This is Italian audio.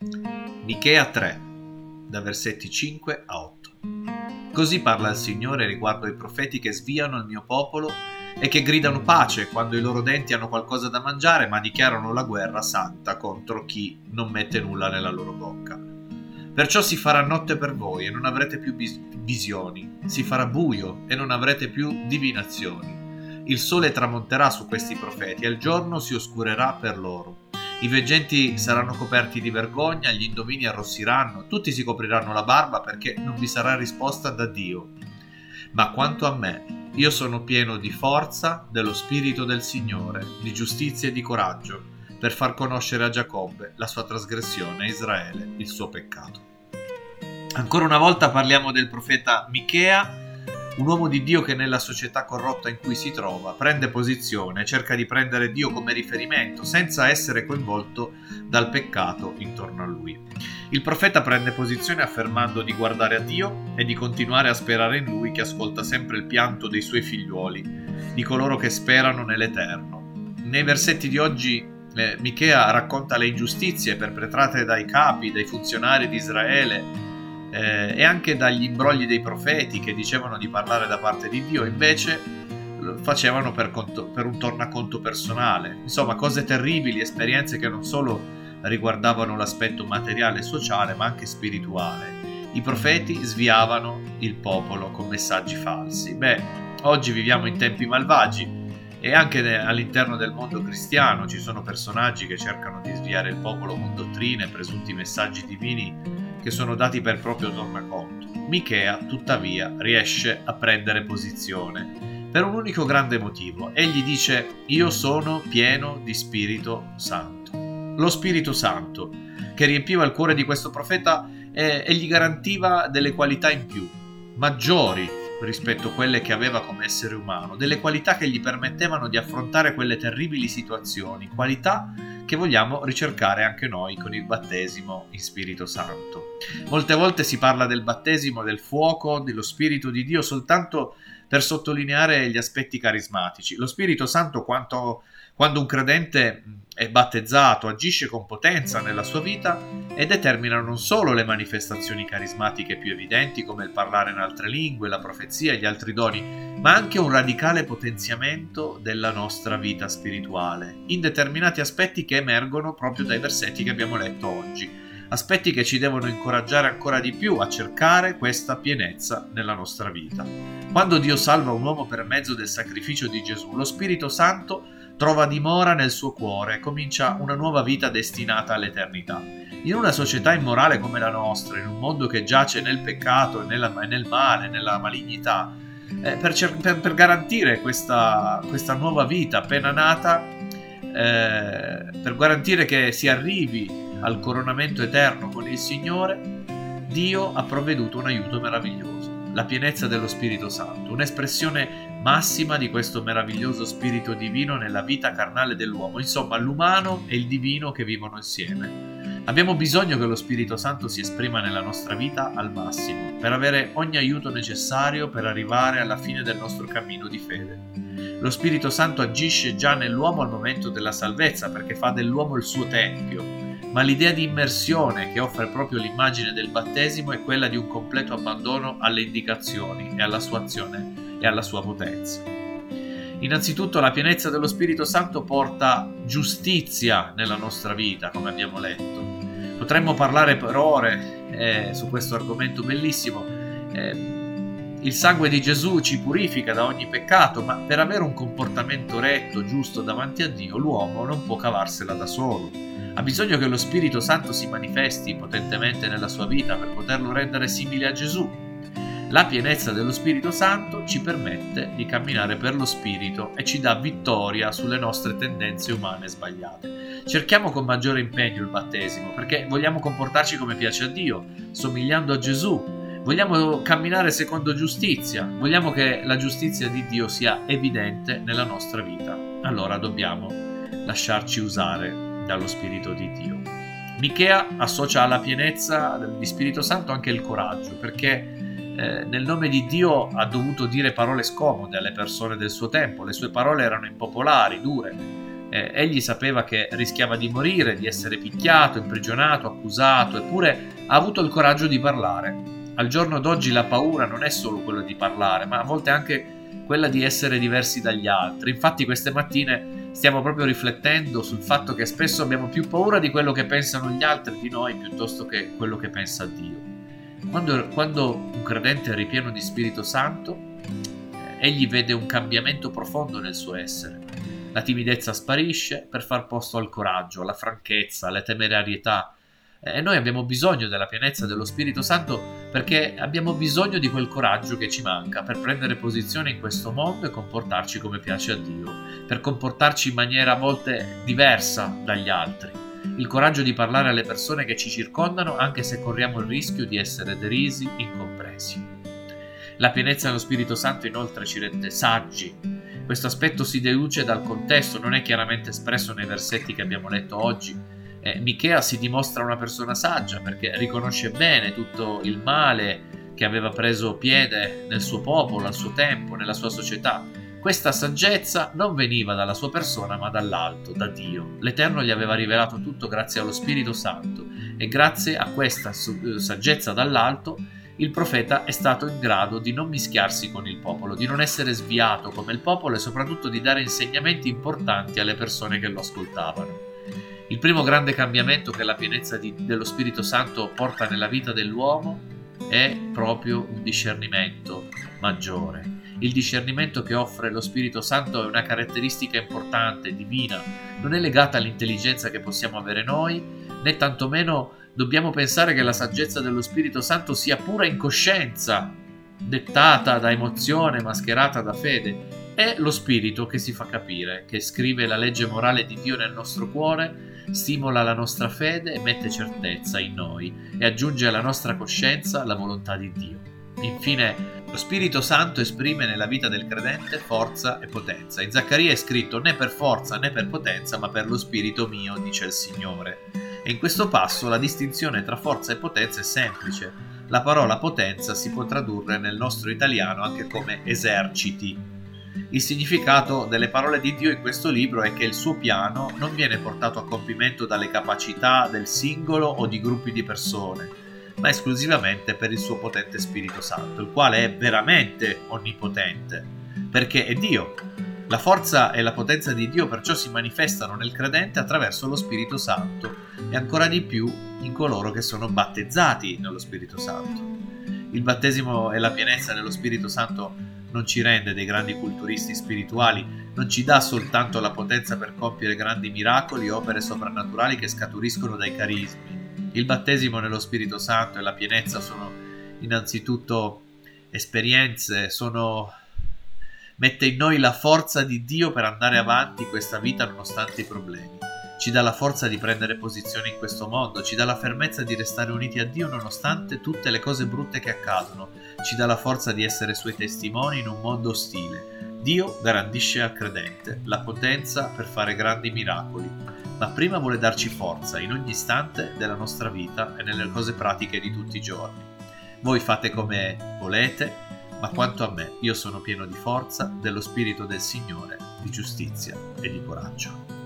Michea 3, da versetti 5 a 8. Così parla il Signore riguardo ai profeti che sviano il mio popolo e che gridano pace quando i loro denti hanno qualcosa da mangiare, ma dichiarano la guerra santa contro chi non mette nulla nella loro bocca. Perciò si farà notte per voi e non avrete più visioni, si farà buio e non avrete più divinazioni. Il sole tramonterà su questi profeti e il giorno si oscurerà per loro. I veggenti saranno coperti di vergogna, gli indovini arrossiranno, tutti si copriranno la barba perché non vi sarà risposta da Dio. Ma quanto a me, io sono pieno di forza dello Spirito del Signore, di giustizia e di coraggio, per far conoscere a Giacobbe la sua trasgressione e a Israele il suo peccato. Ancora una volta parliamo del profeta Michea, un uomo di Dio che nella società corrotta in cui si trova prende posizione e cerca di prendere Dio come riferimento senza essere coinvolto dal peccato intorno a lui. Il profeta prende posizione affermando di guardare a Dio e di continuare a sperare in Lui che ascolta sempre il pianto dei suoi figliuoli, di coloro che sperano nell'Eterno. Nei versetti di oggi Michea racconta le ingiustizie perpetrate dai capi, dai funzionari di Israele, e anche dagli imbrogli dei profeti che dicevano di parlare da parte di Dio, invece lo facevano per un tornaconto personale. Insomma, cose terribili, esperienze che non solo riguardavano l'aspetto materiale e sociale, ma anche spirituale. I profeti sviavano il popolo con messaggi falsi. Oggi viviamo in tempi malvagi e anche all'interno del mondo cristiano ci sono personaggi che cercano di sviare il popolo con dottrine, presunti messaggi divini che sono dati per proprio tornaconto. Michea, tuttavia, riesce a prendere posizione per un unico grande motivo. Egli dice: io sono pieno di Spirito Santo. Lo Spirito Santo che riempiva il cuore di questo profeta e gli garantiva delle qualità in più, maggiori rispetto a quelle che aveva come essere umano, delle qualità che gli permettevano di affrontare quelle terribili situazioni, qualità che vogliamo ricercare anche noi con il battesimo in Spirito Santo. Molte volte si parla del battesimo, del fuoco, dello Spirito di Dio soltanto per sottolineare gli aspetti carismatici. Lo Spirito Santo, quando un credente è battezzato, agisce con potenza nella sua vita e determina non solo le manifestazioni carismatiche più evidenti come il parlare in altre lingue, la profezia e gli altri doni, ma anche un radicale potenziamento della nostra vita spirituale in determinati aspetti che emergono proprio dai versetti che abbiamo letto oggi, aspetti che ci devono incoraggiare ancora di più a cercare questa pienezza nella nostra vita. Quando Dio salva un uomo per mezzo del sacrificio di Gesù, lo Spirito Santo trova dimora nel suo cuore e comincia una nuova vita destinata all'eternità. In una società immorale come la nostra, in un mondo che giace nel peccato, nel male, nella malignità, per garantire questa nuova vita appena nata, per garantire che si arrivi al coronamento eterno con il Signore, Dio ha provveduto un aiuto meraviglioso, la pienezza dello Spirito Santo, un'espressione massima di questo meraviglioso spirito divino nella vita carnale dell'uomo, insomma l'umano e il divino che vivono insieme. Abbiamo bisogno che lo Spirito Santo si esprima nella nostra vita al massimo, per avere ogni aiuto necessario per arrivare alla fine del nostro cammino di fede. Lo Spirito Santo agisce già nell'uomo al momento della salvezza, perché fa dell'uomo il suo tempio, ma l'idea di immersione che offre proprio l'immagine del battesimo è quella di un completo abbandono alle indicazioni e alla sua azione e alla sua potenza. Innanzitutto la pienezza dello Spirito Santo porta giustizia nella nostra vita, come abbiamo letto. Potremmo parlare per ore su questo argomento bellissimo. Il sangue di Gesù ci purifica da ogni peccato, ma per avere un comportamento retto, giusto davanti a Dio, l'uomo non può cavarsela da solo. Ha bisogno che lo Spirito Santo si manifesti potentemente nella sua vita per poterlo rendere simile a Gesù. La pienezza dello Spirito Santo ci permette di camminare per lo Spirito e ci dà vittoria sulle nostre tendenze umane sbagliate. Cerchiamo con maggiore impegno il battesimo perché vogliamo comportarci come piace a Dio, somigliando a Gesù. Vogliamo camminare secondo giustizia, vogliamo che la giustizia di Dio sia evidente nella nostra vita. Allora dobbiamo lasciarci usare dallo Spirito di Dio. Michea associa alla pienezza di Spirito Santo anche il coraggio, perché nel nome di Dio ha dovuto dire parole scomode alle persone del suo tempo. Le sue parole erano impopolari, dure, Egli sapeva che rischiava di morire, di essere picchiato, imprigionato, accusato, eppure ha avuto il coraggio di parlare. Al giorno d'oggi la paura non è solo quella di parlare, ma a volte anche quella di essere diversi dagli altri. Infatti queste mattine stiamo proprio riflettendo sul fatto che spesso abbiamo più paura di quello che pensano gli altri di noi piuttosto che quello che pensa Dio. Quando un credente è ripieno di Spirito Santo, egli vede un cambiamento profondo nel suo essere. La timidezza sparisce per far posto al coraggio, alla franchezza, alla temerarietà. E noi abbiamo bisogno della pienezza dello Spirito Santo perché abbiamo bisogno di quel coraggio che ci manca per prendere posizione in questo mondo e comportarci come piace a Dio, per comportarci in maniera a volte diversa dagli altri. Il coraggio di parlare alle persone che ci circondano anche se corriamo il rischio di essere derisi, incompresi. La pienezza dello Spirito Santo inoltre ci rende saggi. Questo aspetto si deduce dal contesto, non è chiaramente espresso nei versetti che abbiamo letto oggi. Michea si dimostra una persona saggia perché riconosce bene tutto il male che aveva preso piede nel suo popolo, al suo tempo, nella sua società. Questa saggezza non veniva dalla sua persona ma dall'alto, da Dio. L'Eterno gli aveva rivelato tutto grazie allo Spirito Santo e grazie a questa saggezza dall'alto il profeta è stato in grado di non mischiarsi con il popolo, di non essere sviato come il popolo e soprattutto di dare insegnamenti importanti alle persone che lo ascoltavano. Il primo grande cambiamento che la pienezza dello Spirito Santo porta nella vita dell'uomo è proprio un discernimento maggiore. Il discernimento che offre lo Spirito Santo è una caratteristica importante, divina, non è legata all'intelligenza che possiamo avere noi, né tantomeno dobbiamo pensare che la saggezza dello Spirito Santo sia pura incoscienza, dettata da emozione, mascherata da fede. È lo Spirito che si fa capire, che scrive la legge morale di Dio nel nostro cuore, stimola la nostra fede e mette certezza in noi e aggiunge alla nostra coscienza la volontà di Dio. Infine, lo Spirito Santo esprime nella vita del credente forza e potenza. In Zaccaria è scritto: né per forza né per potenza, ma per lo Spirito mio, dice il Signore. E in questo passo la distinzione tra forza e potenza è semplice. La parola potenza si può tradurre nel nostro italiano anche come eserciti. Il significato delle parole di Dio in questo libro è che il suo piano non viene portato a compimento dalle capacità del singolo o di gruppi di persone, ma esclusivamente per il suo potente Spirito Santo, il quale è veramente onnipotente, perché è Dio. La forza e la potenza di Dio perciò si manifestano nel credente attraverso lo Spirito Santo e ancora di più in coloro che sono battezzati nello Spirito Santo. Il battesimo e la pienezza nello Spirito Santo non ci rende dei grandi culturisti spirituali, non ci dà soltanto la potenza per compiere grandi miracoli e opere soprannaturali che scaturiscono dai carismi. Il battesimo nello Spirito Santo e la pienezza sono innanzitutto esperienze, mette in noi la forza di Dio per andare avanti questa vita nonostante i problemi. Ci dà la forza di prendere posizione in questo mondo, ci dà la fermezza di restare uniti a Dio nonostante tutte le cose brutte che accadono, ci dà la forza di essere suoi testimoni in un mondo ostile. Dio garantisce al credente la potenza per fare grandi miracoli, ma prima vuole darci forza in ogni istante della nostra vita e nelle cose pratiche di tutti i giorni. Voi fate come volete, ma quanto a me, io sono pieno di forza, dello Spirito del Signore, di giustizia e di coraggio.